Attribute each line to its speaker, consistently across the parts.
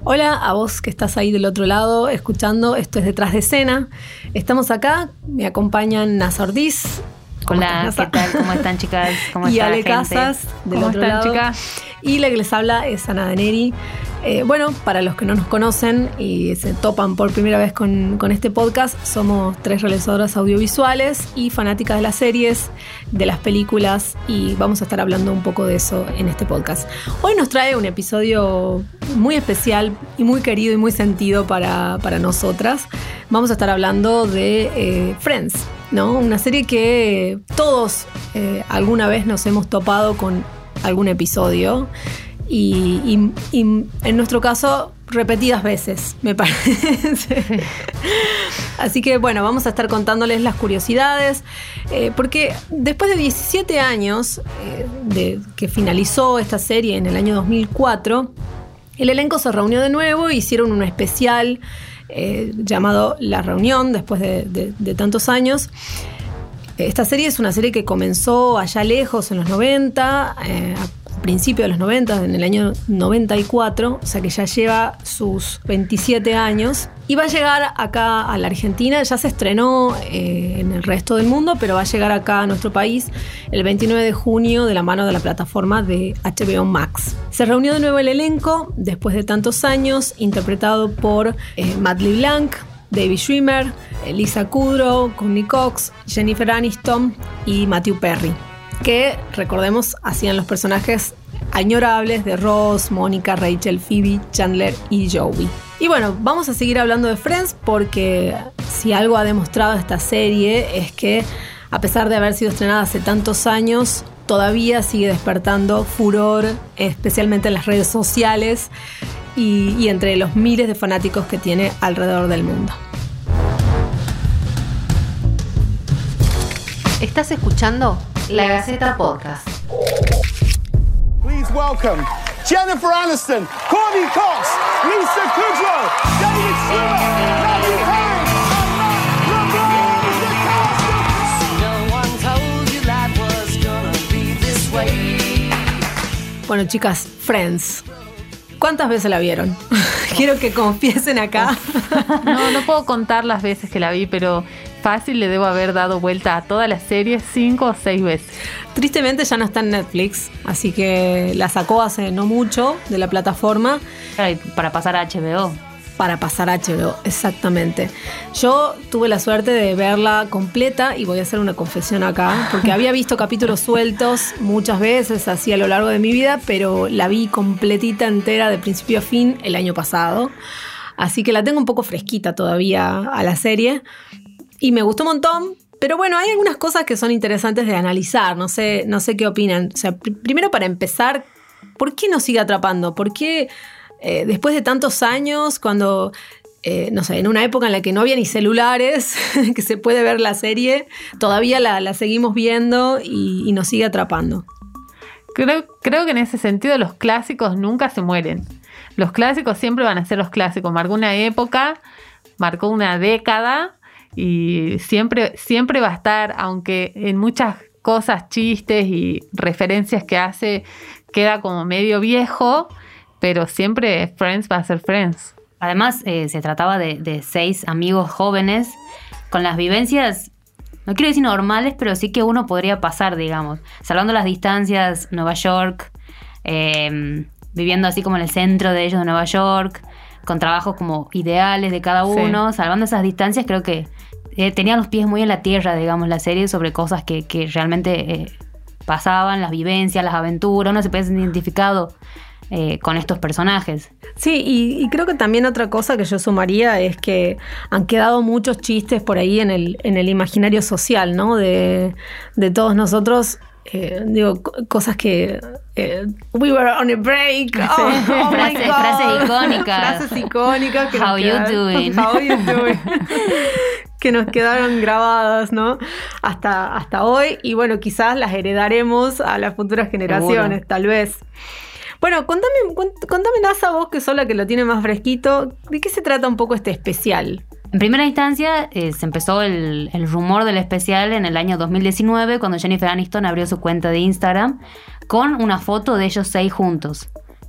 Speaker 1: Hola a vos que estás ahí del otro lado escuchando. Esto es Detrás de Escena. Estamos acá, me acompañan Nasa Ortiz.
Speaker 2: Hola, ¿qué tal? ¿Cómo están, chicas? ¿Cómo
Speaker 1: y
Speaker 2: está
Speaker 1: Ale
Speaker 2: la gente?
Speaker 1: Casas del
Speaker 2: ¿Cómo
Speaker 1: otro
Speaker 2: están,
Speaker 1: lado.
Speaker 2: chicas?
Speaker 1: Y la que les habla es Ana Daneri. Bueno, para los que no nos conocen y se topan por primera vez con este podcast, somos 3 realizadoras audiovisuales y fanáticas de las series, de las películas, y vamos a estar hablando un poco de eso en este podcast. Hoy nos trae un episodio muy especial y muy querido y muy sentido para nosotras. Vamos a estar hablando de Friends, ¿no? Una serie que todos alguna vez nos hemos topado con algún episodio. Y en nuestro caso, repetidas veces, me parece. Así que bueno, vamos a estar contándoles las curiosidades, porque después de 17 años de que finalizó esta serie en el año 2004, el elenco se reunió de nuevo e hicieron un especial llamado La Reunión, después de tantos años. Esta serie es una serie que comenzó allá lejos, en los 90, a principios de los 90, en el año 94, o sea que ya lleva sus 27 años. Y va a llegar acá a la Argentina, ya se estrenó en el resto del mundo, pero va a llegar acá a nuestro país el 29 de junio de la mano de la plataforma de HBO Max. Se reunió de nuevo el elenco, después de tantos años, interpretado por Matt LeBlanc, David Schwimmer, Lisa Kudrow, Courtney Cox, Jennifer Aniston y Matthew Perry, que, recordemos, hacían los personajes añorables de Ross, Mónica, Rachel, Phoebe, Chandler y Joey. Y bueno, vamos a seguir hablando de Friends porque si algo ha demostrado esta serie es que, a pesar de haber sido estrenada hace tantos años, todavía sigue despertando furor, especialmente en las redes sociales y entre los miles de fanáticos que tiene alrededor del mundo.
Speaker 2: ¿Estás escuchando? La Gaceta Podcast.
Speaker 3: Please welcome Jennifer Aniston, Courtney Cox, Lisa Kudrow, David Schwimmer, Matthew Perry, and Matt LeBlanc, the cast of Friends.
Speaker 4: No one told you life was gonna be this way.
Speaker 1: Bueno, chicas, Friends. ¿Cuántas veces la vieron? Quiero que confiesen acá.
Speaker 2: No puedo contar las veces que la vi, pero fácil le debo haber dado vuelta a toda la serie 5 o 6 veces.
Speaker 1: Tristemente ya no está en Netflix, así que la sacó hace no mucho de la plataforma.
Speaker 2: Para pasar a HBO.
Speaker 1: Para pasar a HBO, exactamente. Yo tuve la suerte de verla completa y voy a hacer una confesión acá, porque había visto capítulos sueltos muchas veces así a lo largo de mi vida, pero la vi completita entera de principio a fin el año pasado. Así que la tengo un poco fresquita todavía a la serie y me gustó un montón. Pero bueno, hay algunas cosas que son interesantes de analizar, no sé qué opinan. O sea, primero, para empezar, ¿por qué nos sigue atrapando? ¿Por qué después de tantos años, cuando, no sé, en una época en la que no había ni celulares, que se puede ver la serie, todavía la seguimos viendo y nos sigue atrapando?
Speaker 2: Creo que en ese sentido los clásicos nunca se mueren. Los clásicos siempre van a ser los clásicos. Marcó una época, marcó una década y siempre va a estar, aunque en muchas cosas, chistes y referencias que hace, queda como medio viejo, pero siempre Friends va a ser Friends.
Speaker 5: Además, se trataba de 6 amigos jóvenes con las vivencias, no quiero decir normales, pero sí que uno podría pasar, digamos. Salvando las distancias, Nueva York, viviendo así como en el centro de ellos de Nueva York, con trabajos como ideales de cada uno. Sí. Salvando esas distancias, creo que tenía los pies muy en la tierra, digamos, la serie, sobre cosas que realmente pasaban, las vivencias, las aventuras. Uno se puede sentir identificado con estos personajes.
Speaker 1: Sí, y creo que también otra cosa que yo sumaría es que han quedado muchos chistes por ahí en el imaginario social, ¿no? De todos nosotros. Digo, cosas que we were on a break.
Speaker 5: Sí. Frases icónicas.
Speaker 1: Frases icónicas.
Speaker 5: How you doing?
Speaker 1: How you doing? Que nos quedaron grabadas, ¿no? Hasta hoy. Y bueno, quizás las heredaremos a las futuras generaciones. Seguro. Tal vez. Bueno, contame, Nasa, vos que sos la que lo tiene más fresquito, ¿de qué se trata un poco este especial?
Speaker 5: En primera instancia, se empezó el rumor del especial en el año 2019, cuando Jennifer Aniston abrió su cuenta de Instagram con una foto de ellos 6 juntos.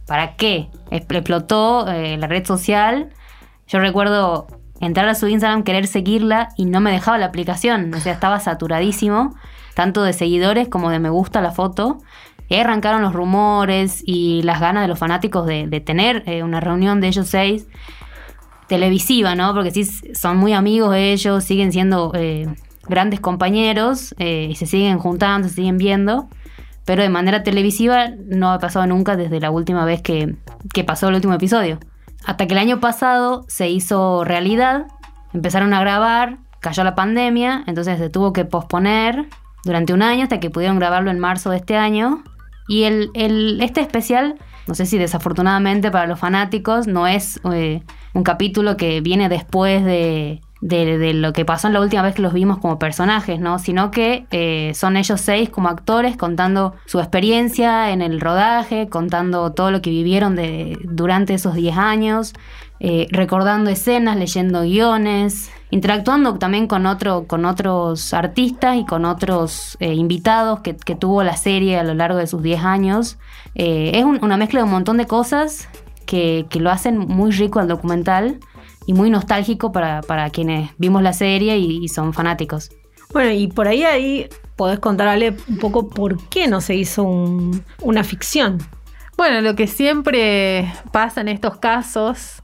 Speaker 5: ¿para qué? Explotó la red social. Yo recuerdo entrar a su Instagram, querer seguirla y no me dejaba la aplicación. O sea, estaba saturadísimo, tanto de seguidores como de me gusta la foto. Y ahí arrancaron los rumores y las ganas de los fanáticos de tener una reunión de ellos 6 televisiva, ¿no? Porque sí, son muy amigos ellos, siguen siendo grandes compañeros y se siguen juntando, se siguen viendo. Pero de manera televisiva no ha pasado nunca desde la última vez que pasó el último episodio. Hasta que el año pasado se hizo realidad, empezaron a grabar, cayó la pandemia, entonces se tuvo que posponer durante un año hasta que pudieron grabarlo en marzo de este año. Y este especial, no sé si desafortunadamente para los fanáticos, no es un capítulo que viene después de lo que pasó en la última vez que los vimos como personajes, ¿no? Sino que son ellos 6 como actores contando su experiencia en el rodaje, contando todo lo que vivieron durante esos 10 años, recordando escenas, leyendo guiones, interactuando también con otros artistas y con otros invitados que tuvo la serie a lo largo de sus 10 años. Es una mezcla de un montón de cosas que lo hacen muy rico al documental y muy nostálgico para quienes vimos la serie y son fanáticos.
Speaker 1: Bueno, y por ahí podés contarle un poco por qué no se hizo una ficción.
Speaker 2: Bueno, lo que siempre pasa en estos casos,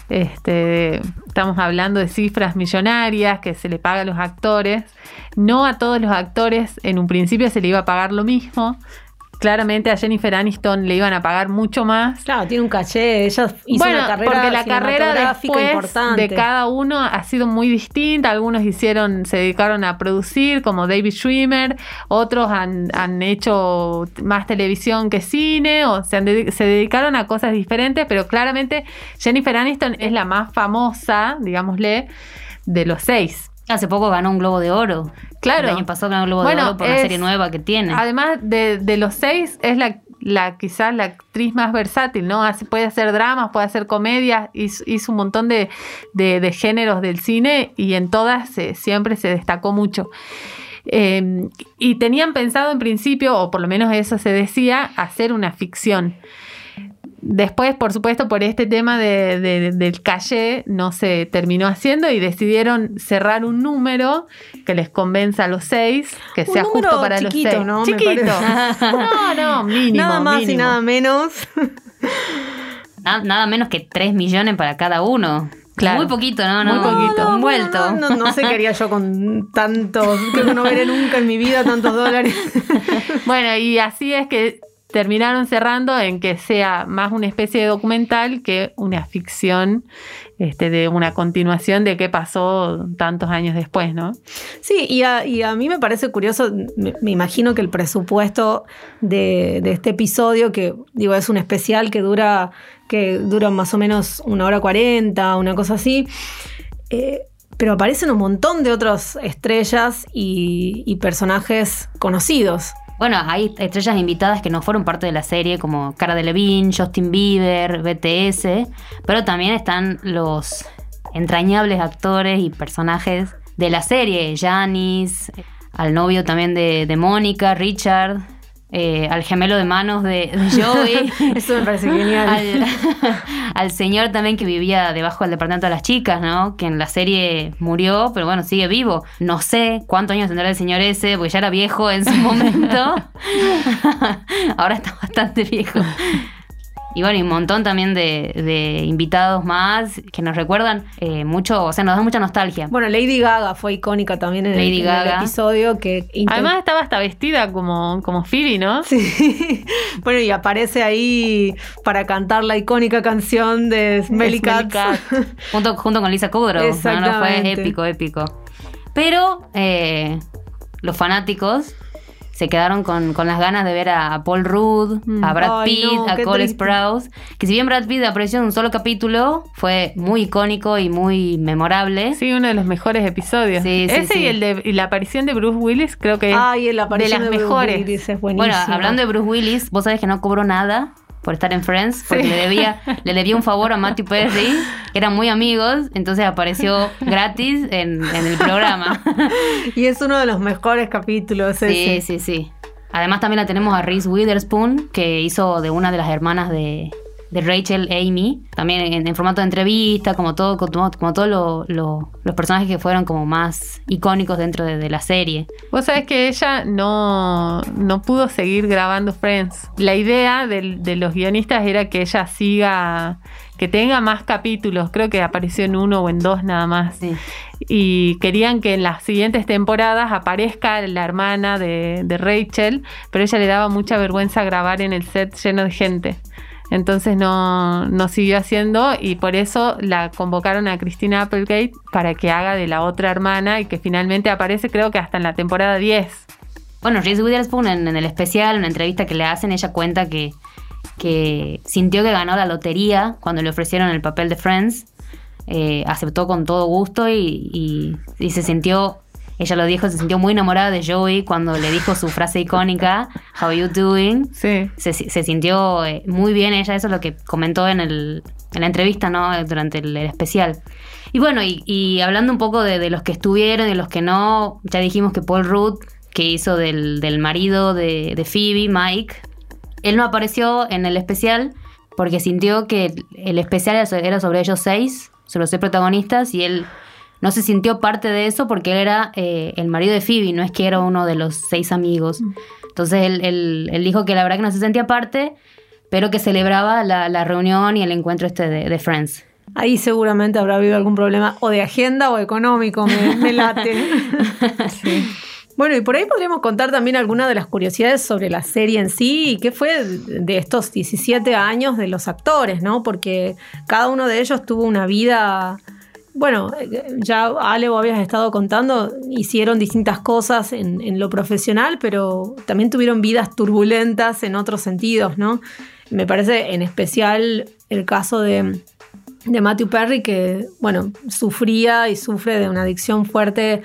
Speaker 2: estamos hablando de cifras millonarias que se le paga a los actores. No a todos los actores en un principio se le iba a pagar lo mismo. Claramente a Jennifer Aniston le iban a pagar mucho más.
Speaker 1: Claro, tiene un caché, ella hizo una carrera
Speaker 2: porque la carrera después
Speaker 1: importante
Speaker 2: de cada uno ha sido muy distinta. Algunos se dedicaron a producir, como David Schwimmer, otros han hecho más televisión que cine, o se dedicaron a cosas diferentes, pero claramente Jennifer Aniston es la más famosa, digámosle, de los 6.
Speaker 5: Hace poco ganó un Globo de Oro.
Speaker 2: Claro.
Speaker 5: El año pasado ganó un Globo de Oro por la serie nueva que tiene.
Speaker 2: Además de los 6, es quizás la actriz más versátil, ¿no? Puede hacer dramas, puede hacer comedias, hizo un montón de géneros del cine y en todas siempre se destacó mucho. Y tenían pensado en principio, o por lo menos eso se decía, hacer una ficción. Después, por supuesto, por este tema del caché, no se terminó haciendo y decidieron cerrar un número que les convenza a los 6, que sea justo para
Speaker 1: chiquito,
Speaker 2: los 6.
Speaker 1: ¿no?
Speaker 2: Chiquito. No, mínimo.
Speaker 1: Nada más
Speaker 2: mínimo.
Speaker 1: y nada menos.
Speaker 5: Nada menos que 3 millones para cada uno.
Speaker 2: Claro.
Speaker 5: Muy poquito, ¿no?
Speaker 2: Muy poquito.
Speaker 5: Un vuelto.
Speaker 1: No sé qué haría yo con tantos, creo que no veré nunca en mi vida tantos dólares.
Speaker 2: Bueno, y así es que terminaron cerrando en que sea más una especie de documental que una ficción, de una continuación de qué pasó tantos años después, ¿no?
Speaker 1: Sí, y a mí me parece curioso, me imagino que el presupuesto de este episodio, que digo es un especial que dura más o menos 1:40, una cosa así, pero aparecen un montón de otras estrellas y personajes conocidos.
Speaker 5: Bueno, hay estrellas invitadas que no fueron parte de la serie, como Cara Delevingne, Justin Bieber, BTS, pero también están los entrañables actores y personajes de la serie, Giannis, al novio también de Mónica, Richard, al gemelo de manos de Joey.
Speaker 1: Eso me parece genial.
Speaker 5: Al señor también que vivía debajo del departamento de las chicas, ¿no? Que en la serie murió, pero bueno, sigue vivo. No sé cuántos años tendrá el señor ese, porque ya era viejo en su momento. Ahora está bastante viejo. Y bueno, y un montón también de invitados más que nos recuerdan mucho, o sea, nos da mucha nostalgia.
Speaker 1: Bueno, Lady Gaga fue icónica también en el episodio.
Speaker 2: Además estaba hasta vestida como Phoebe, ¿no?
Speaker 1: Sí. Bueno, y aparece ahí para cantar la icónica canción de Smelly Cat.
Speaker 5: Junto con Lisa Kudrow.
Speaker 1: Exactamente.
Speaker 5: No, fue épico. Pero los fanáticos se quedaron con las ganas de ver a Paul Rudd, a Brad Pitt, a Cole Sprouse. Que si bien Brad Pitt apareció en un solo capítulo, fue muy icónico y muy memorable.
Speaker 2: Sí, uno de los mejores episodios.
Speaker 5: Sí,
Speaker 2: ese
Speaker 5: sí.
Speaker 2: Y la aparición de Bruce Willis creo que es
Speaker 1: de las mejores. Willis es buenísimo.
Speaker 5: Bueno, hablando de Bruce Willis, vos sabés que no cobró nada por estar en Friends, porque
Speaker 2: sí.
Speaker 5: le debía un favor a Matthew Perry, que eran muy amigos, entonces apareció gratis en el programa.
Speaker 1: Y es uno de los mejores capítulos ese.
Speaker 5: Sí. Además también la tenemos a Reese Witherspoon, que hizo de una de las hermanas de de Rachel e Amy, también en formato de entrevista, como todos los personajes que fueron como más icónicos dentro de la serie.
Speaker 2: Vos sabés que ella no pudo seguir grabando Friends. La idea de los guionistas era que ella siga, que tenga más capítulos. Creo que apareció en 1 o en 2 nada más.
Speaker 5: Sí.
Speaker 2: Y querían que en las siguientes temporadas aparezca la hermana de Rachel, pero ella le daba mucha vergüenza grabar en el set lleno de gente. Entonces no siguió haciendo, y por eso la convocaron a Christina Applegate para que haga de la otra hermana, y que finalmente aparece, creo que hasta en la temporada 10.
Speaker 5: Bueno, Reese Witherspoon en el especial, en una entrevista que le hacen, ella cuenta que sintió que ganó la lotería cuando le ofrecieron el papel de Friends. Aceptó con todo gusto y se sintió, ella lo dijo, se sintió muy enamorada de Joey cuando le dijo su frase icónica, "How you doing?".
Speaker 2: Sí.
Speaker 5: Se sintió muy bien ella, eso es lo que comentó en la entrevista, ¿no? Durante el especial. Y bueno, y hablando un poco de los que estuvieron y de los que no, ya dijimos que Paul Rudd, que hizo del marido de Phoebe, Mike, él no apareció en el especial porque sintió que el especial era sobre ellos 6, sobre los 6 protagonistas, y él no se sintió parte de eso porque él era el marido de Phoebe, no es que era uno de los 6 amigos. Entonces él dijo que la verdad que no se sentía parte, pero que celebraba la reunión y el encuentro de Friends.
Speaker 1: Ahí seguramente habrá habido algún problema o de agenda o económico, me late. Sí. Bueno, y por ahí podríamos contar también algunas de las curiosidades sobre la serie en sí y qué fue de estos 17 años de los actores, ¿no? Porque cada uno de ellos tuvo una vida... Bueno, ya Ale, vos habías estado contando, hicieron distintas cosas en lo profesional, pero también tuvieron vidas turbulentas en otros sentidos, ¿no? Me parece en especial el caso de Matthew Perry, que, bueno, sufría y sufre de una adicción fuerte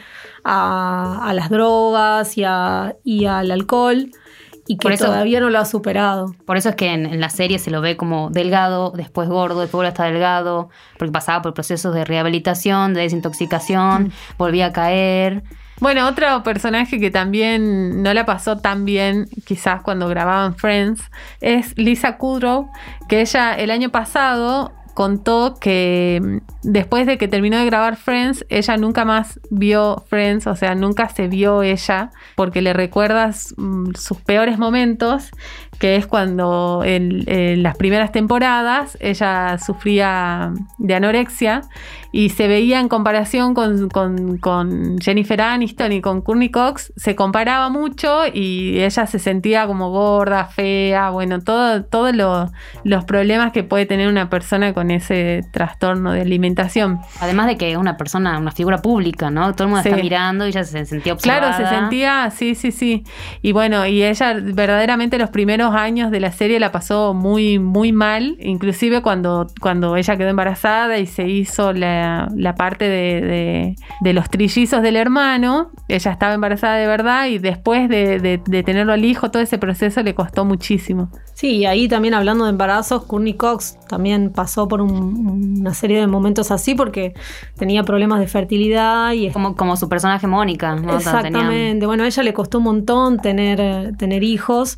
Speaker 1: a las drogas y al alcohol, y que todavía no lo ha superado.
Speaker 5: Por eso es que en la serie se lo ve como delgado, después gordo, después vuelve a estar delgado, porque pasaba por procesos de rehabilitación, de desintoxicación, volvía a caer.
Speaker 2: Bueno, otro personaje que también no la pasó tan bien, quizás cuando grababan Friends, es Lisa Kudrow, que ella el año pasado contó que después de que terminó de grabar Friends, ella nunca más vio Friends, o sea, nunca se vio ella, porque le recuerda sus peores momentos, que es cuando en las primeras temporadas ella sufría de anorexia y se veía en comparación con Jennifer Aniston y con Courtney Cox, se comparaba mucho y ella se sentía como gorda, fea, bueno, todos los problemas que puede tener una persona con ese trastorno de alimentación.
Speaker 5: Además de que es una persona, una figura pública, ¿no? Todo el mundo está mirando y ella se sentía observada.
Speaker 2: Claro, se sentía, sí. Y bueno, y ella verdaderamente los primeros años de la serie la pasó muy, muy mal, inclusive cuando ella quedó embarazada y se hizo la parte de los trillizos del hermano, ella estaba embarazada de verdad y después de tenerlo al hijo, todo ese proceso le costó muchísimo.
Speaker 1: Sí, y ahí también hablando de embarazos, Courtney Cox también pasó por una serie de momentos así porque tenía problemas de fertilidad y
Speaker 5: como su personaje Mónica, ¿no?
Speaker 1: Exactamente. Bueno, a ella le costó un montón tener hijos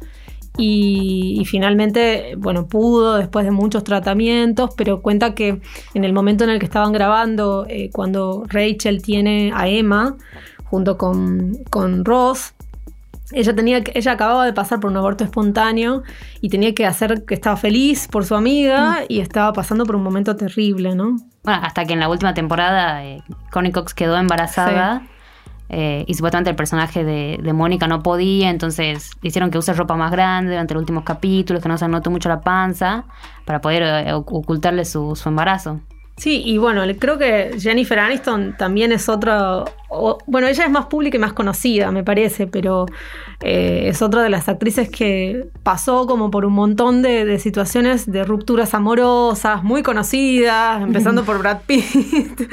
Speaker 1: y finalmente, bueno, pudo después de muchos tratamientos, pero cuenta que en el momento en el que estaban grabando, cuando Rachel tiene a Emma junto con Ross, ella acababa de pasar por un aborto espontáneo y tenía que hacer que estaba feliz por su amiga y estaba pasando por un momento terrible, ¿no?
Speaker 5: Bueno, hasta que en la última temporada Courtney Cox quedó embarazada. Sí. Y supuestamente el personaje de Mónica no podía, entonces le hicieron que use ropa más grande durante los últimos capítulos, que no se note mucho la panza, para poder ocultarle su embarazo.
Speaker 1: Sí, y bueno, creo que Jennifer Aniston también es otra... Bueno, ella es más pública y más conocida, me parece, pero es otra de las actrices que pasó como por un montón de situaciones de rupturas amorosas, muy conocidas, empezando por Brad Pitt,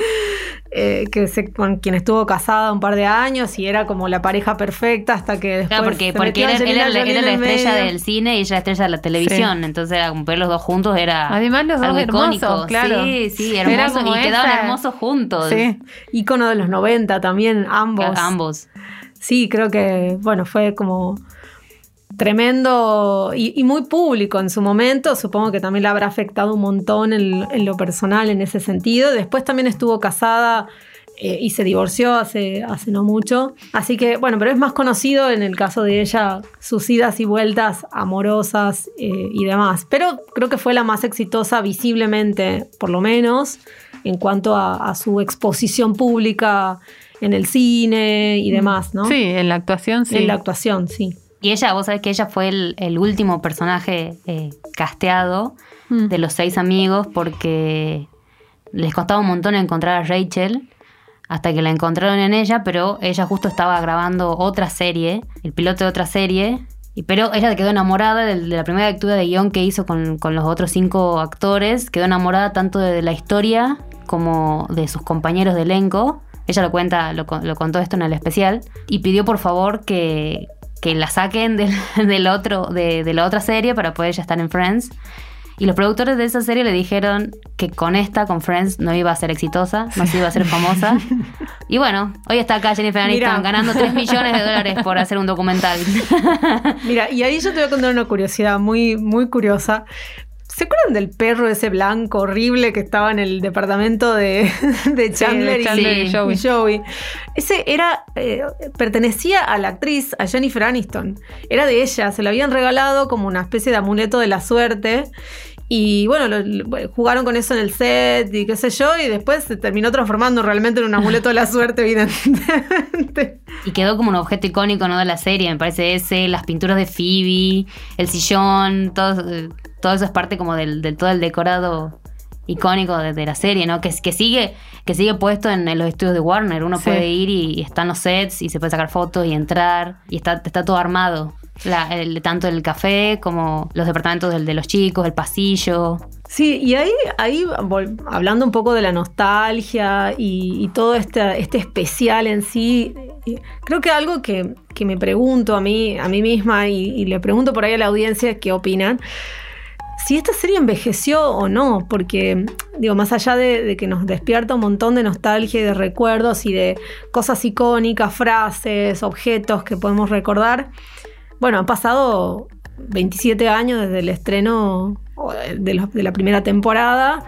Speaker 1: con quien estuvo casada un par de años y era como la pareja perfecta hasta que después...
Speaker 5: Claro, porque él era la estrella del cine y ella la estrella de la televisión, sí. Entonces era como ver los dos juntos era...
Speaker 2: Además los dos hermosos, claro.
Speaker 5: Sí, hermosos, y quedaban hermosos juntos.
Speaker 1: Sí, ícono de los 90 también, ambos.
Speaker 5: Ambos.
Speaker 1: Sí, creo que, bueno, fue como tremendo y muy público en su momento. Supongo que también la habrá afectado un montón en lo personal en ese sentido. Después también estuvo casada y se divorció hace no mucho. Así que, bueno, pero es más conocido en el caso de ella sus idas y vueltas amorosas y demás. Pero creo que fue la más exitosa visiblemente, por lo menos, en cuanto a su exposición pública en el cine y demás, ¿no?
Speaker 2: Sí, en la actuación, sí.
Speaker 1: En la actuación, sí.
Speaker 5: Y ella, vos sabés que ella fue el último personaje casteado de los 6 amigos porque les costaba un montón encontrar a Rachel hasta que la encontraron en ella, pero ella justo estaba grabando otra serie, el piloto de otra serie, pero ella quedó enamorada de la primera lectura de guión que hizo con los otros 5 actores, quedó enamorada tanto de la historia como de sus compañeros de elenco. Ella lo contó esto en el especial, y pidió por favor que la saquen de la otra serie para poder ya estar en Friends. Y los productores de esa serie le dijeron que con Friends no iba a ser exitosa, no se iba a ser famosa. Y bueno, hoy está acá Jennifer Aniston ganando $3 millones por hacer un documental.
Speaker 1: Mira, y ahí yo te voy a contar una curiosidad muy, muy curiosa. ¿Se acuerdan del perro ese blanco horrible que estaba en el departamento de Chandler,
Speaker 2: y
Speaker 1: Joey? Ese pertenecía a la actriz, a Jennifer Aniston. Era de ella, se lo habían regalado como una especie de amuleto de la suerte. Y bueno, jugaron con eso en el set y qué sé yo, y después se terminó transformando realmente en un amuleto de la suerte, evidentemente.
Speaker 5: Y quedó como un objeto icónico, ¿no?, de la serie, me parece las pinturas de Phoebe, el sillón, todo eso es parte como del todo el decorado icónico de la serie, ¿no? Que sigue puesto en los estudios de Warner. Uno puede ir y están los sets y se puede sacar fotos y entrar y está todo armado. Tanto el café como los departamentos de los chicos, el pasillo.
Speaker 1: Sí, y ahí hablando un poco de la nostalgia y todo este especial en sí, creo que algo que me pregunto a mí misma y le pregunto por ahí a la audiencia qué opinan, si esta serie envejeció o no, porque digo, más allá de que nos despierta un montón de nostalgia y de recuerdos y de cosas icónicas, frases, objetos que podemos recordar, bueno, han pasado 27 años desde el estreno de la primera temporada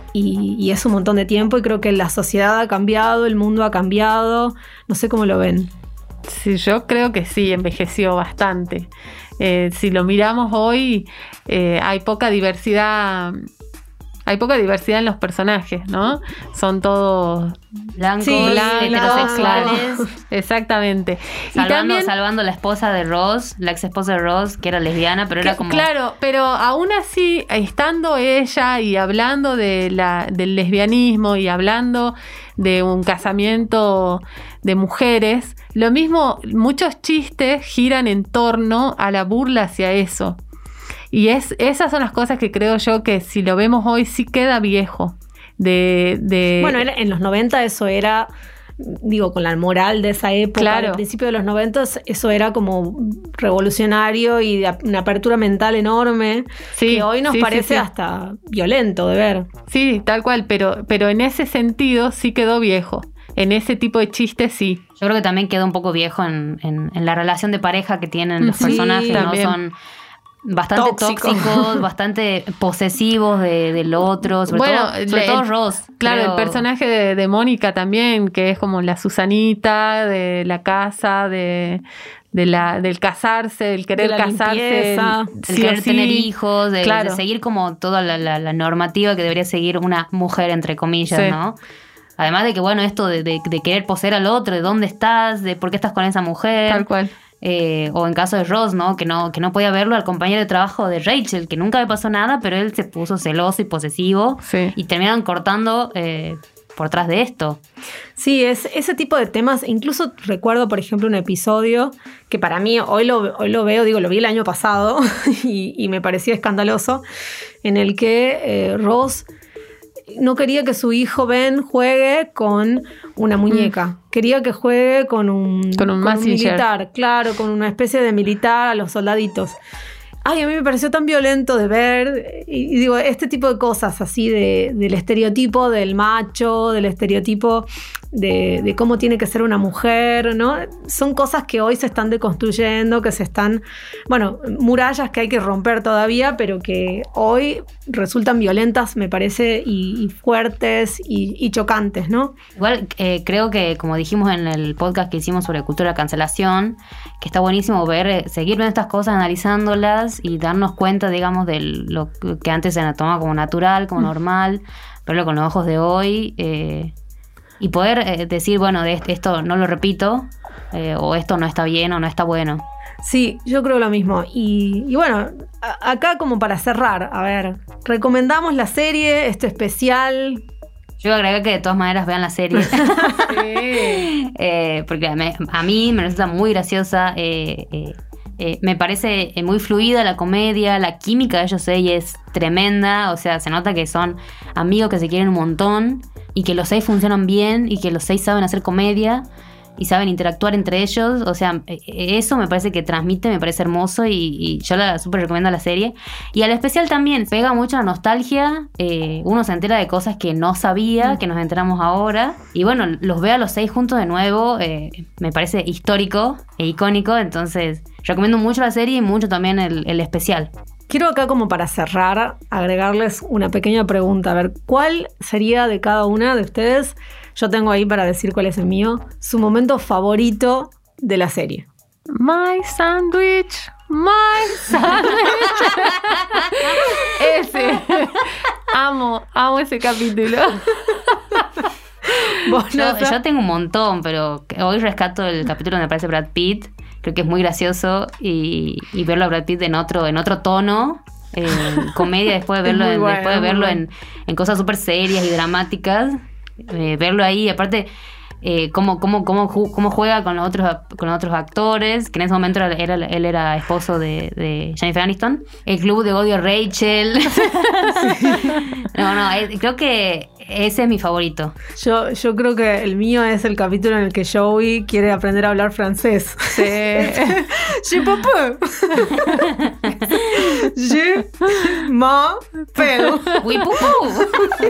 Speaker 1: y es un montón de tiempo, y creo que la sociedad ha cambiado, el mundo ha cambiado. No sé cómo lo ven.
Speaker 2: Sí, yo creo que sí, envejeció bastante. Si lo miramos hoy, hay poca diversidad. Hay poca diversidad en los personajes, ¿no? Son todos
Speaker 5: blancos,
Speaker 2: heterosexuales. Exactamente.
Speaker 5: Salvando la esposa de Ross, la ex esposa de Ross, que era lesbiana, pero era como...
Speaker 2: Claro, pero aún así, estando ella y hablando del lesbianismo y hablando de un casamiento de mujeres, lo mismo, muchos chistes giran en torno a la burla hacia eso. Y esas son las cosas que creo yo que si lo vemos hoy sí queda viejo. Bueno,
Speaker 1: en los 90 eso era, digo, con la moral de esa época,
Speaker 2: claro.
Speaker 1: Al principio de los 90 eso era como revolucionario y de una apertura mental enorme, que hoy nos parece hasta violento de ver.
Speaker 2: Sí, tal cual, pero en ese sentido sí quedó viejo. En ese tipo de chistes sí.
Speaker 5: Yo creo que también quedó un poco viejo en la relación de pareja que tienen los personajes,
Speaker 2: también.
Speaker 5: ¿no? Son bastante tóxicos, bastante posesivos del otro, sobre todo Ross.
Speaker 2: Claro, el personaje de Mónica también, que es como la Susanita de la casa, del casarse, del querer casarse,
Speaker 5: el querer tener hijos, de seguir como toda la normativa que debería seguir una mujer, entre comillas, ¿no? Además de que, bueno, esto de querer poseer al otro, de dónde estás, de por qué estás con esa mujer.
Speaker 2: Tal cual.
Speaker 5: O en caso de Ross, ¿no? Que no podía verlo al compañero de trabajo de Rachel, que nunca le pasó nada, pero él se puso celoso y posesivo. Sí. Y terminaron cortando por tras de esto.
Speaker 1: Sí, es ese tipo de temas. Incluso recuerdo, por ejemplo, un episodio que para mí, hoy lo veo, digo, lo vi el año pasado y me parecía escandaloso, en el que Ross no quería que su hijo Ben juegue con una muñeca. Quería que juegue con un militar, claro, con una especie de militar a los soldaditos. Ay, a mí me pareció tan violento de ver, y digo, este tipo de cosas así del estereotipo del macho, del estereotipo de cómo tiene que ser una mujer, ¿no? Son cosas que hoy se están deconstruyendo, que se están, bueno, murallas que hay que romper todavía, pero que hoy resultan violentas, me parece, y fuertes y chocantes, ¿no?
Speaker 5: Igual creo que, como dijimos en el podcast que hicimos sobre cultura de cancelación, que está buenísimo ver, seguir viendo estas cosas, analizándolas y darnos cuenta, digamos, de lo que antes se tomaba como natural, como normal, verlo con los ojos de hoy, y poder decir, bueno, de esto no lo repito, o esto no está bien o no está bueno.
Speaker 1: Sí, yo creo lo mismo. Y bueno, acá como para cerrar, a ver, recomendamos la serie, esto especial.
Speaker 5: Yo agregué que de todas maneras vean la serie. Sí. Porque a mí me resulta muy graciosa. Me parece muy fluida la comedia, la química de ellos 6 es tremenda. O sea, se nota que son amigos que se quieren un montón y que los 6 funcionan bien y que los 6 saben hacer comedia y saben interactuar entre ellos. O sea, eso me parece que transmite, me parece hermoso y yo la súper recomiendo la serie. Y al especial también pega mucho la nostalgia. Uno se entera de cosas que no sabía, que nos enteramos ahora. Y bueno, los veo a los 6 juntos de nuevo. Me parece histórico e icónico. Entonces, recomiendo mucho la serie y mucho también el especial.
Speaker 1: Quiero acá como para cerrar, agregarles una pequeña pregunta. A ver, ¿cuál sería de cada una de ustedes? Yo tengo ahí para decir cuál es el mío. Su momento favorito de la serie.
Speaker 2: My sandwich. Ese. Amo ese capítulo.
Speaker 5: Yo tengo un montón, pero hoy rescato el capítulo donde aparece Brad Pitt. Creo que es muy gracioso y verlo a Brad Pitt en otro tono. Comedia, después de verlo, en cosas súper serias y dramáticas. Verlo ahí, aparte cómo juega con los otros actores, que en ese momento él era esposo de Jennifer Aniston. El club de odio a Rachel. Creo que ese es mi favorito.
Speaker 1: Yo creo que el mío es el capítulo en el que Joey quiere aprender a hablar francés.
Speaker 2: Sí.
Speaker 1: Je peux. Je m'appelle.
Speaker 5: Oui, pupú.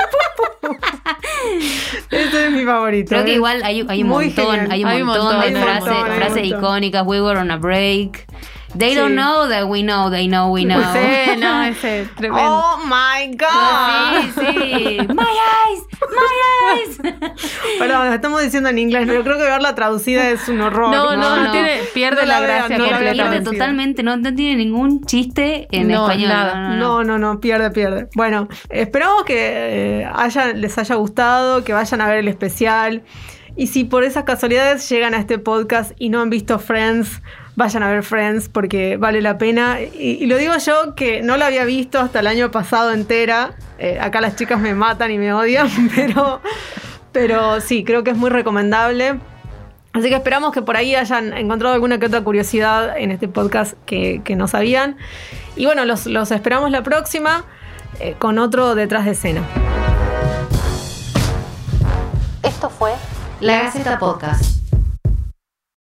Speaker 1: Ese es mi favorito.
Speaker 5: Creo que igual hay un montón de frases icónicas. We were on a break. They don't know that we know, they know we know.
Speaker 2: Sí, no, ese tremendo.
Speaker 1: Oh my God.
Speaker 5: Sí. My eyes.
Speaker 1: Perdón, nos estamos diciendo en inglés, pero creo que verla traducida es un horror.
Speaker 2: No. Pierde la gracia completamente.
Speaker 5: Pierde totalmente, no tiene ningún chiste en español.
Speaker 1: Nada. No, pierde. Bueno, esperamos que les haya gustado, que vayan a ver el especial. Y si por esas casualidades llegan a este podcast y no han visto Friends, vayan a ver Friends porque vale la pena. Y lo digo yo que no la había visto hasta el año pasado entera. Acá las chicas me matan y me odian, pero sí, creo que es muy recomendable. Así que esperamos que por ahí hayan encontrado alguna que otra curiosidad en este podcast que no sabían. Y bueno, los esperamos la próxima con otro Detrás de Escena.
Speaker 6: Esto fue La Gaceta Podcast.